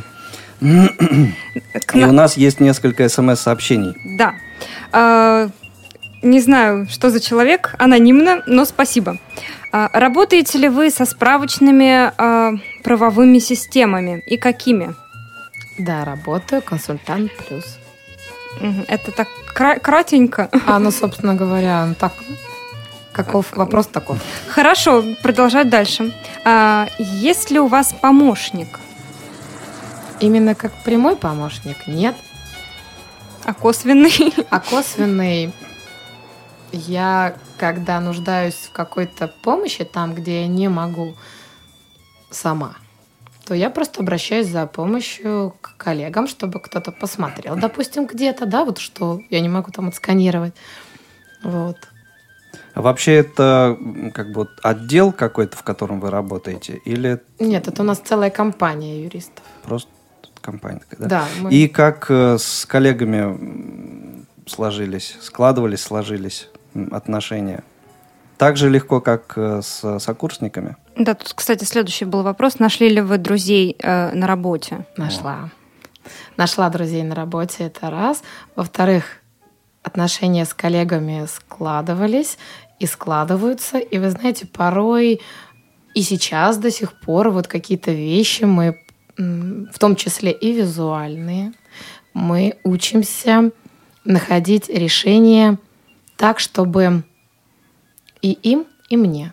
К И на- у нас есть несколько смс-сообщений. Да. А, не знаю, что за человек, анонимно, но спасибо. А, работаете ли вы со справочными а, правовыми системами и какими? Да, работаю, консультант плюс. Мгм. Это так кра- кратенько. А, ну, собственно говоря, ну, так, каков вопрос такой? Хорошо, продолжать дальше. А, есть ли у вас помощник? Именно как прямой помощник? Нет. А косвенный? А косвенный я, когда нуждаюсь в какой-то помощи, там, где я не могу сама, то я просто обращаюсь за помощью к коллегам, чтобы кто-то посмотрел, допустим, где-то, да, вот что я не могу там отсканировать. Вот. А вообще это как бы вот отдел какой-то, в котором вы работаете, или Нет, это у нас целая компания юристов. просто компания такая, да? Да. Мы... И как э, с коллегами м, сложились, складывались, сложились м, отношения? Так же легко, как э, с сокурсниками? Да, тут, кстати, следующий был вопрос. Нашли ли вы друзей э, на работе? Нашла. Нашла друзей на работе, это раз. Во-вторых, отношения с коллегами складывались и складываются. И вы знаете, порой и сейчас до сих пор вот какие-то вещи мы, в том числе и визуальные, мы учимся находить решения так, чтобы и им, и мне.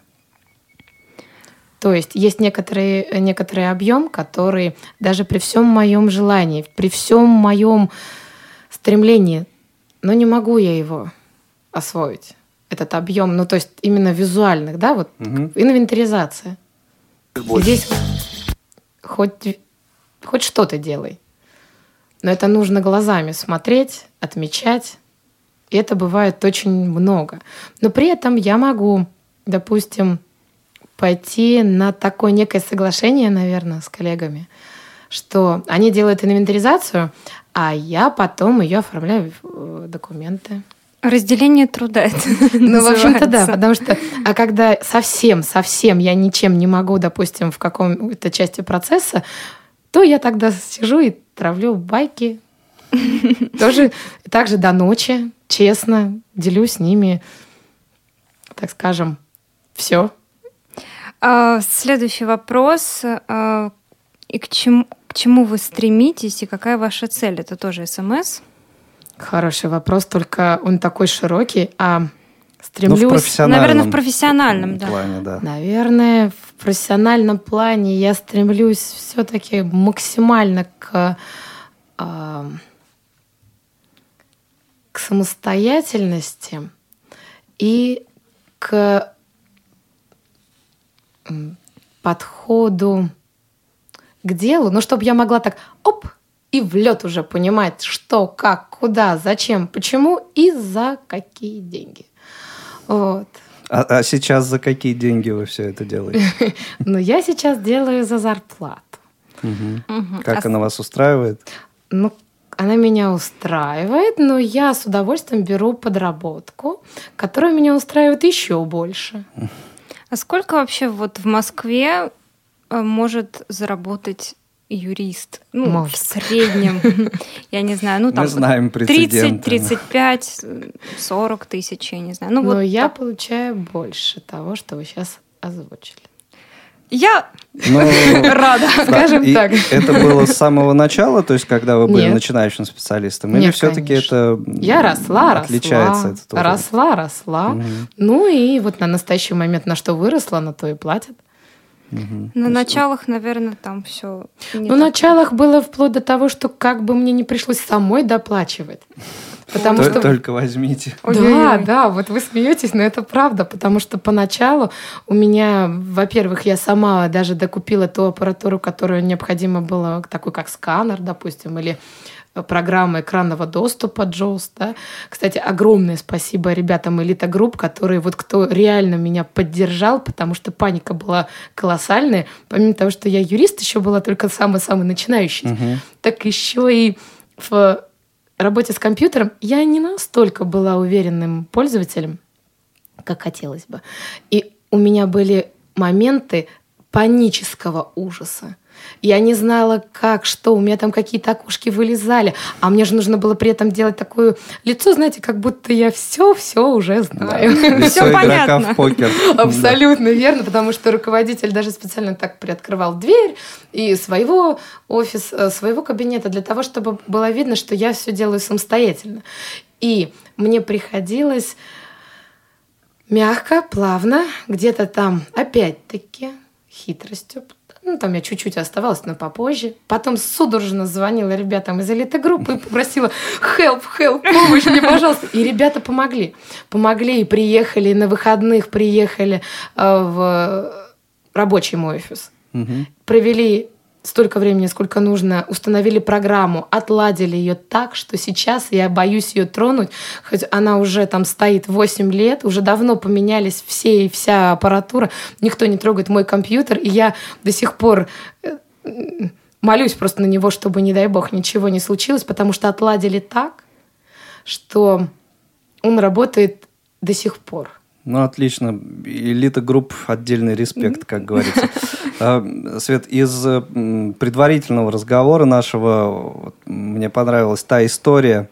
То есть есть некоторый, некоторый объем, который даже при всем моем желании, при всем моем стремлении, но не могу я его освоить, этот объем, ну то есть именно визуальных, да, вот Угу. инвентаризация. Здесь хоть, хоть что-то делай, но это нужно глазами смотреть, отмечать, и это бывает очень много. Но при этом я могу, допустим, пойти на такое некое соглашение, наверное, с коллегами, что они делают инвентаризацию, а я потом ее оформляю в документы. Разделение труда это Ну, в общем-то, да, называется. потому что, а когда совсем-совсем я ничем не могу, допустим, в какой-то части процесса, то я тогда сижу и травлю байки. Тоже так же до ночи, честно, делюсь с ними, так скажем, все. А, Следующий вопрос. а, И к чему, к чему вы стремитесь, и какая ваша цель? Это тоже СМС? Хороший вопрос, только он такой широкий, а Ну, в стремлюсь... профессиональном, Наверное, в профессиональном, да. плане, да. Наверное, в профессиональном плане я стремлюсь все-таки максимально к, э, к самостоятельности и к м, подходу к делу, ну, чтобы я могла так, оп, и в лед уже понимать, что, как, куда, зачем, почему и за какие деньги. Вот. А, а сейчас за какие деньги вы все это делаете? Но я сейчас делаю за зарплату. Мгм. Мгм. Как А она вас устраивает? Ну, она меня устраивает, но я с удовольствием беру подработку, которая меня устраивает еще больше. А сколько вообще вот в Москве э, может заработать юрист? Ну, Может. в среднем, я не знаю, ну там Мы знаем тридцать, прецеденты. тридцать пять, сорок тысяч, я не знаю. Ну, Но вот я так. получаю больше того, что вы сейчас озвучили. Я Ну, рада. да, Скажем и так. это было с самого начала, то есть когда вы были Нет. начинающим специалистом? Или Нет, все-таки конечно. это Я росла, отличается? росла, Это тоже? росла, росла. Мгм. Ну и вот на настоящий момент на что выросла, на то и платят. Мгм. На началах, наверное, там все. Ну, в началах было вплоть до того, что как бы мне не пришлось самой доплачивать. Потому То- что... Только возьмите. Да, Ой-ой-ой. да, вот вы смеетесь, но это правда, потому что поначалу у меня, во-первых, я сама даже докупила ту аппаратуру, которую необходимо было, такой как сканер, допустим, или программа экранного доступа джоус, да. Кстати, огромное спасибо ребятам Элита Групп, которые вот кто реально меня поддержал, потому что паника была колоссальная. Помимо того, что я юрист, еще была только самый-самый начинающий, Мгм. так еще и в работе с компьютером я не настолько была уверенным пользователем, как хотелось бы. И у меня были моменты панического ужаса. Я не знала, как, что, у меня там какие-то окошки вылезали, а мне же нужно было при этом делать такое лицо, знаете, как будто я все-все уже знаю. Лицо Всё игрока понятно. в покер. Абсолютно верно, потому что руководитель даже специально так приоткрывал дверь и своего офиса, своего кабинета для того, чтобы было видно, что я все делаю самостоятельно. И мне приходилось мягко, плавно, где-то там, опять-таки, хитростью, Ну, там я чуть-чуть оставалась, но попозже. Потом судорожно звонила ребятам из элиты-группы и попросила help, help, помощь мне, пожалуйста. И ребята помогли. Помогли и приехали, на выходных приехали э, в рабочий мой офис. Угу. Провели столько времени, сколько нужно, установили программу, отладили ее так, что сейчас я боюсь ее тронуть, хоть она уже там стоит восемь лет, уже давно поменялись все и вся аппаратура, никто не трогает мой компьютер, и я до сих пор молюсь просто на него, чтобы, не дай бог, ничего не случилось, потому что отладили так, что он работает до сих пор. Ну, отлично. Элита групп, отдельный респект, как говорится. Свет, из предварительного разговора нашего мне понравилась та история,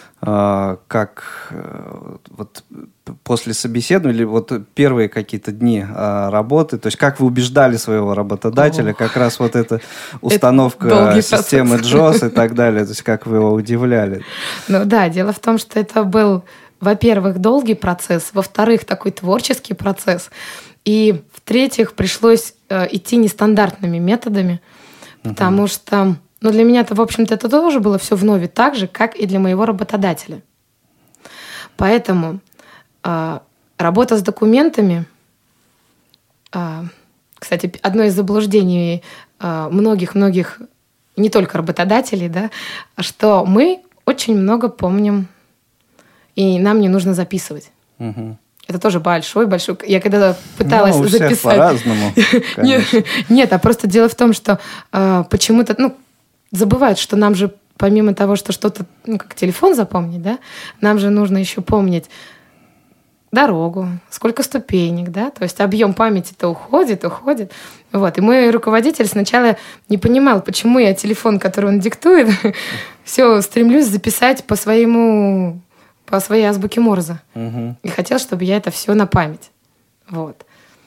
как вот после собеседования, или вот первые какие-то дни работы, то есть как вы убеждали своего работодателя, О, как раз вот эта установка это системы джоз и так далее, то есть как вы его удивляли. Ну да, дело в том, что это был, во-первых, долгий процесс, во-вторых, такой творческий процесс, и в-третьих, пришлось э, идти нестандартными методами, uh-huh. потому что, ну, для меня-то, в общем-то, это тоже было все вновь так же, как и для моего работодателя. Поэтому э, работа с документами, э, кстати, одно из заблуждений э, многих-многих, не только работодателей, да, что мы очень много помним, и нам не нужно записывать. Uh-huh. Это тоже большой-большой... Я когда пыталась ну, у записать... всех по-разному, нет, нет, а просто дело в том, что э, почему-то ну, забывают, что нам же, помимо того, что что-то, ну, как телефон запомнить, да, нам же нужно еще помнить дорогу, сколько ступенек, да, то есть объем памяти-то уходит, уходит. Вот. И мой руководитель сначала не понимал, почему я телефон, который он диктует, все стремлюсь записать по своему... по своей азбуке Морзе. Угу. И хотел, чтобы я это все на память. Вот.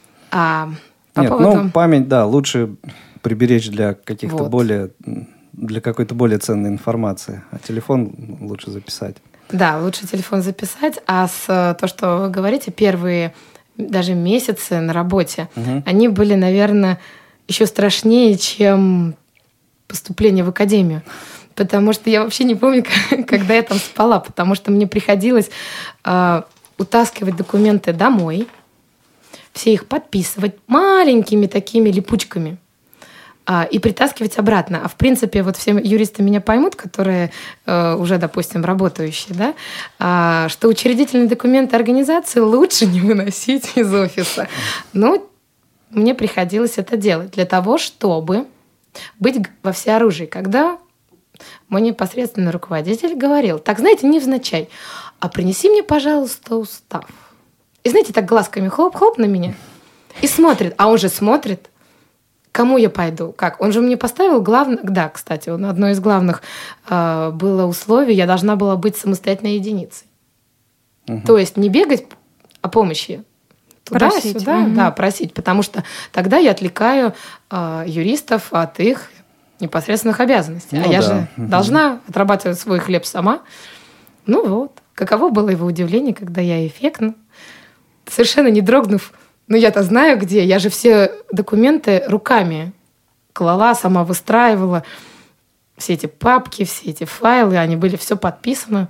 А по Нет, поводу... ну, память, да, лучше приберечь для каких-то вот. более... для какой-то более ценной информации. А телефон лучше записать. Да, лучше телефон записать. А с, то, что вы говорите, первые даже месяцы на работе, угу. они были, наверное, еще страшнее, чем поступление в академию. Потому что я вообще не помню, когда я там спала, потому что мне приходилось э, утаскивать документы домой, все их подписывать маленькими такими липучками э, и притаскивать обратно. А в принципе, вот все юристы меня поймут, которые э, уже, допустим, работающие, да, э, что учредительные документы организации лучше не выносить из офиса. Но мне приходилось это делать для того, чтобы быть во всеоружии, когда... Мой непосредственный руководитель говорил, так, знаете, невзначай, а принеси мне, пожалуйста, устав. И, знаете, так глазками хлоп-хлоп на меня. И смотрит, а он же смотрит, кому я пойду, как. Он же мне поставил главное... Да, кстати, он, одно из главных э, было условий, я должна была быть самостоятельной единицей. Угу. То есть не бегать о помощи. Туда-сюда, угу. да, просить, потому что тогда я отвлекаю э, юристов от их... непосредственных обязанностей. Ну, а я да. же угу. должна отрабатывать свой хлеб сама. Ну вот. Каково было его удивление, когда я эффектно, совершенно не дрогнув, ну я-то знаю где, я же все документы руками клала, сама выстраивала, все эти папки, все эти файлы, они были все подписаны.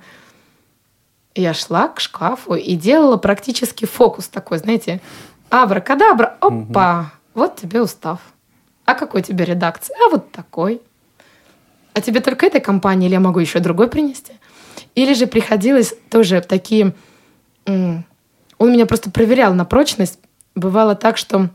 И я шла к шкафу и делала практически фокус такой, знаете, абракадабра, опа, угу. вот тебе устав. А какой тебе редакции? А вот такой. А тебе только этой компании, или я могу еще другой принести? Или же приходилось тоже такие... Он меня просто проверял на прочность. Бывало так, что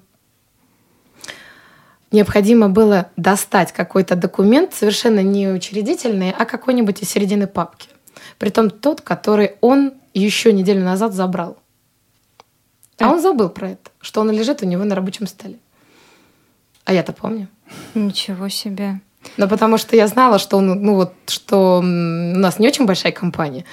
необходимо было достать какой-то документ, совершенно не учредительный, а какой-нибудь из середины папки. Притом тот, который он еще неделю назад забрал. А он забыл про это, что он лежит у него на рабочем столе. А я-то помню. Ничего себе. Ну, потому что я знала, что, ну, вот, что у нас не очень большая компания.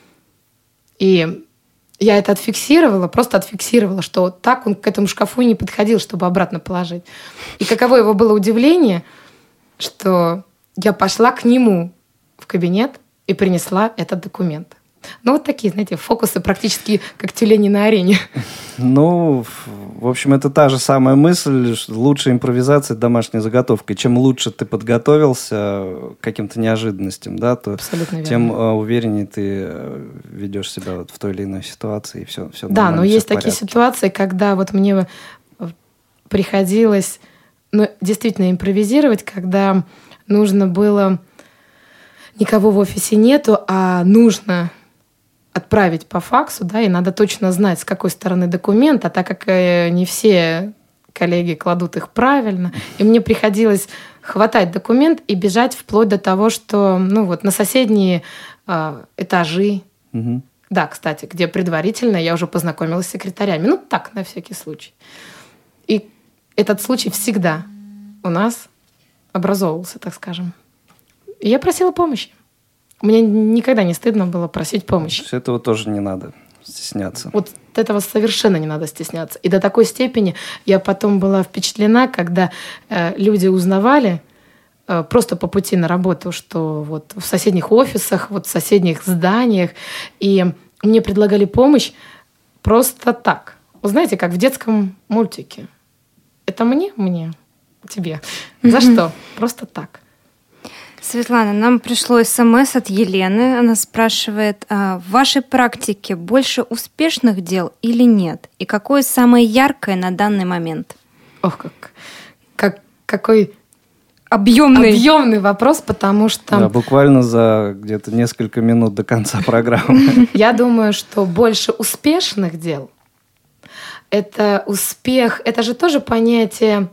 И я это отфиксировала, просто отфиксировала, что так он к этому шкафу не подходил, чтобы обратно положить. И каково его было удивление, что я пошла к нему в кабинет и принесла этот документ. Ну, вот такие, знаете, фокусы практически как тюлени на арене. Ну, в общем, это та же самая мысль, что лучшая импровизация домашней заготовкой. Чем лучше ты подготовился к каким-то неожиданностям, да, то тем uh, увереннее ты ведешь себя вот в той или иной ситуации, и все, все Да, но есть такие ситуации, когда вот мне приходилось, ну, действительно импровизировать, когда нужно было... Никого в офисе нету, а нужно отправить по факсу, да, и надо точно знать, с какой стороны документ, а так как не все коллеги кладут их правильно, и мне приходилось хватать документ и бежать вплоть до того, что, ну вот, на соседние э, этажи, угу. Да, кстати, где предварительно я уже познакомилась с секретарями, ну так, на всякий случай. И этот случай всегда у нас образовывался, так скажем. И я просила помощи. Мне никогда не стыдно было просить помощи. С этого тоже не надо стесняться. Вот этого совершенно не надо стесняться. И до такой степени я потом была впечатлена, когда э, люди узнавали э, просто по пути на работу, что вот в соседних офисах, вот в соседних зданиях, и мне предлагали помощь просто так. Вы знаете, как в детском мультике. Это мне? Мне. Тебе. За что? Просто так. Светлана, нам пришло смс от Елены. Она спрашивает, а в вашей практике больше успешных дел или нет? И какое самое яркое на данный момент? Ох, как, как какой объемный. объемный вопрос, потому что... Да, буквально за где-то несколько минут до конца программы. Я думаю, что больше успешных дел – это успех, это же тоже понятие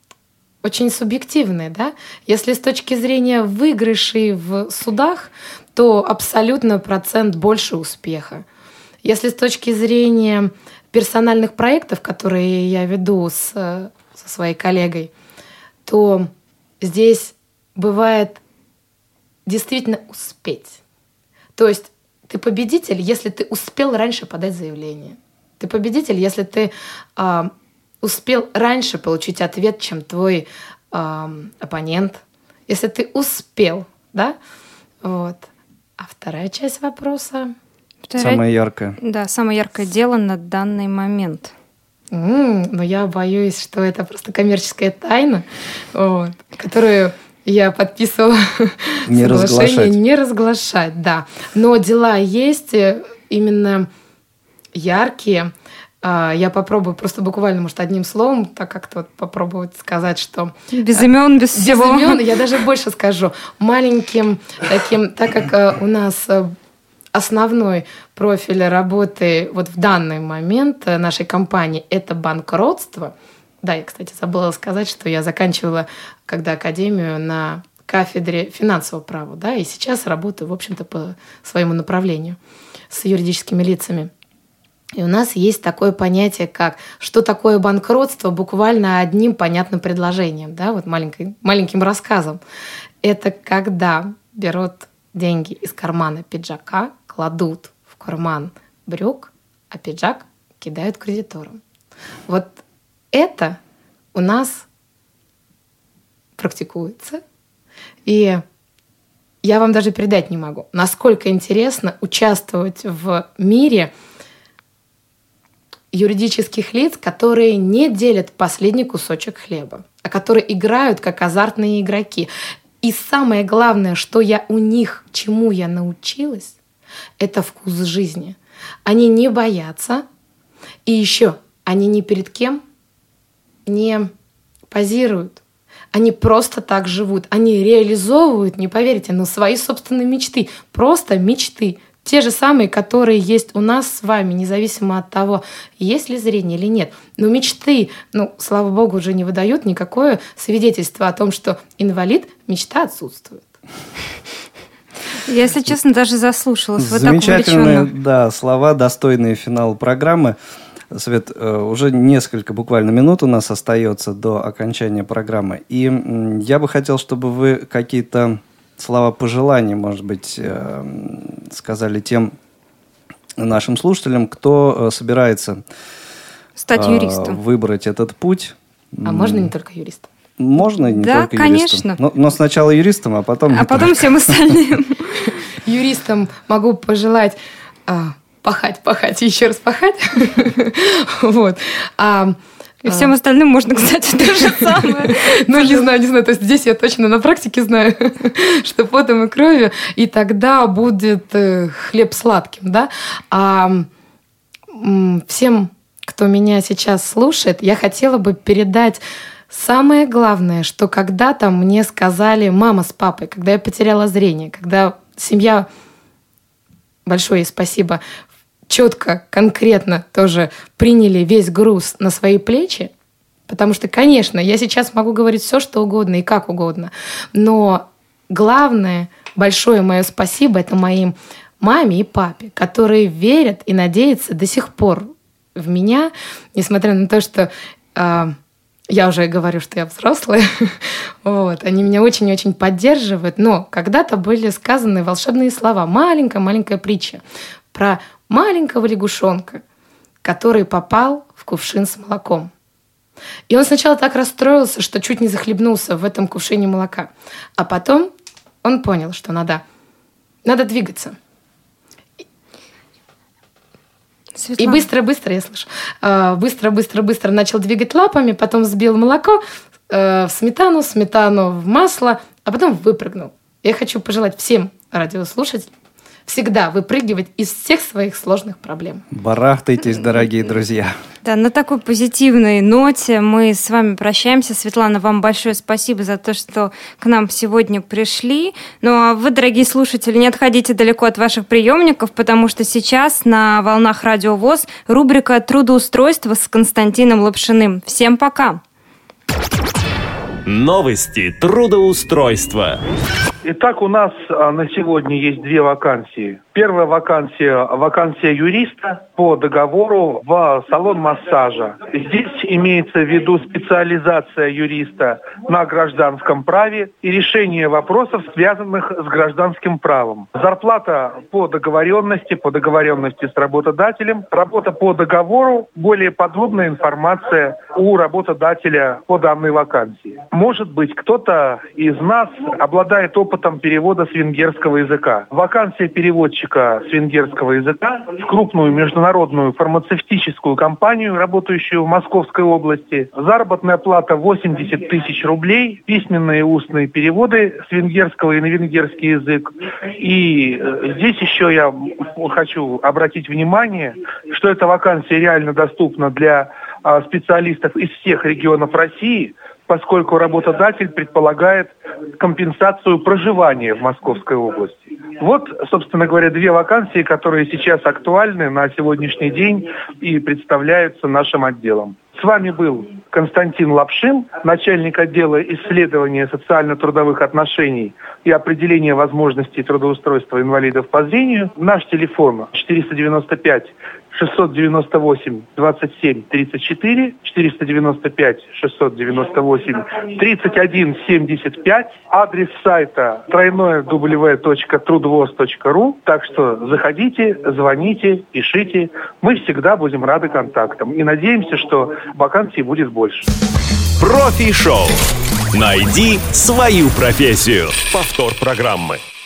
очень субъективные, да? Если с точки зрения выигрышей в судах, то абсолютно процент больше успеха. Если с точки зрения персональных проектов, которые я веду с, со своей коллегой, то здесь бывает действительно успеть. То есть ты победитель, если ты успел раньше подать заявление. Ты победитель, если ты... А, успел раньше получить ответ, чем твой э, оппонент, если ты успел, да? Вот. А вторая часть вопроса? Вторая... Самое яркое. Да, самое яркое дело на данный момент. Mm, но я боюсь, что это просто коммерческая тайна, вот, которую я подписывала не разглашать. Не разглашать, да. Но дела есть именно яркие. Я попробую просто буквально, может, одним словом, так как-то вот попробовать сказать, что... Без имен, без всего. Без имен, я даже больше скажу. Маленьким таким, так как у нас основной профиль работы вот в данный момент нашей компании – это банкротство. Да, я, кстати, забыла сказать, что я заканчивала когда академию на кафедре финансового права, да, и сейчас работаю, в общем-то, по своему направлению с юридическими лицами. И у нас есть такое понятие, как что такое банкротство, буквально одним понятным предложением, да, вот маленьким, маленьким рассказом. Это когда берут деньги из кармана пиджака, кладут в карман брюк, а пиджак кидают кредиторам. Вот это у нас практикуется. И я вам даже передать не могу, насколько интересно участвовать в мире юридических лиц, которые не делят последний кусочек хлеба, а которые играют как азартные игроки. И самое главное, что я у них, чему я научилась, это вкус жизни. Они не боятся, и еще они ни перед кем не позируют. Они просто так живут. Они реализовывают, не поверите, но свои собственные мечты. Просто мечты. Те же самые, которые есть у нас с вами, независимо от того, есть ли зрение или нет. Но мечты, ну, слава богу, уже не выдают никакое свидетельство о том, что инвалид, мечта отсутствует. Я, если честно, даже заслушалась. Замечательные, да, слова, достойные финала программы. Свет, уже несколько буквально минут у нас остается до окончания программы. И я бы хотел, чтобы вы какие-то слова пожеланий, может быть, сказали тем нашим слушателям, кто собирается стать юристом, выбрать этот путь. А можно не только юристом? Можно не да, только конечно. юристом. Но, но сначала юристом, а потом... А потом всем остальным. Юристам могу пожелать а, пахать, пахать и еще раз пахать. Вот. А, и всем остальным можно, кстати, то же самое. Ну, не знаю, не знаю. То есть здесь я точно на практике знаю, что потом и кровью, и тогда будет хлеб сладким, да. А всем, кто меня сейчас слушает, я хотела бы передать самое главное, что когда-то мне сказали мама с папой, когда я потеряла зрение, когда семья, большое ей спасибо, четко, конкретно тоже приняли весь груз на свои плечи, потому что, конечно, я сейчас могу говорить все, что угодно и как угодно, но главное, большое мое спасибо, это моим маме и папе, которые верят и надеются до сих пор в меня, несмотря на то, что э, я уже говорю, что я взрослая, вот, они меня очень-очень поддерживают, но когда-то были сказаны волшебные слова, маленькая-маленькая притча про маленького лягушонка, который попал в кувшин с молоком. И он сначала так расстроился, что чуть не захлебнулся в этом кувшине молока. А потом он понял, что надо, надо двигаться. Светлана. И быстро-быстро, я слышу, быстро-быстро-быстро начал двигать лапами, потом взбил молоко в сметану, сметану в масло, а потом выпрыгнул. Я хочу пожелать всем радиослушателям всегда выпрыгивать из всех своих сложных проблем. Барахтайтесь, дорогие друзья. Да, на такой позитивной ноте мы с вами прощаемся. Светлана, вам большое спасибо за то, что к нам сегодня пришли. Ну а вы, дорогие слушатели, не отходите далеко от ваших приемников, потому что сейчас на волнах Радио ВОС рубрика «Трудоустройство» с Константином Лапшиным. Всем пока! Новости трудоустройства. Итак, у нас на сегодня есть две вакансии. Первая вакансия – вакансия юриста по договору в салон массажа. Здесь имеется в виду специализация юриста на гражданском праве и решение вопросов, связанных с гражданским правом. Зарплата по договоренности, по договоренности с работодателем. Работа по договору, более подробная информация у работодателя по данной вакансии. Может быть, кто-то из нас обладает опытом перевода с венгерского языка. Вакансия переводчика с венгерского языка в крупную международную фармацевтическую компанию, работающую в Московской области. Заработная плата восемьдесят тысяч рублей, письменные и устные переводы с венгерского и на венгерский язык. И здесь еще я хочу обратить внимание, что эта вакансия реально доступна для специалистов из всех регионов России, поскольку работодатель предполагает компенсацию проживания в Московской области. Вот, собственно говоря, две вакансии, которые сейчас актуальны на сегодняшний день и представляются нашим отделом. С вами был Константин Лапшин, начальник отдела исследования социально-трудовых отношений и определения возможностей трудоустройства инвалидов по зрению. Наш телефон четыреста девяносто пять шестьсот девяносто восемь двадцать семь тридцать четыре, четыреста девяносто пять шестьсот девяносто восемь тридцать один семьдесят пять, адрес сайта тройное дабл ю дабл ю дабл ю точка трудвоз точка ру. Так что заходите, звоните, пишите. Мы всегда будем рады контактам и надеемся, что вакансий будет больше. Профи-шоу. Найди свою профессию. Повтор программы.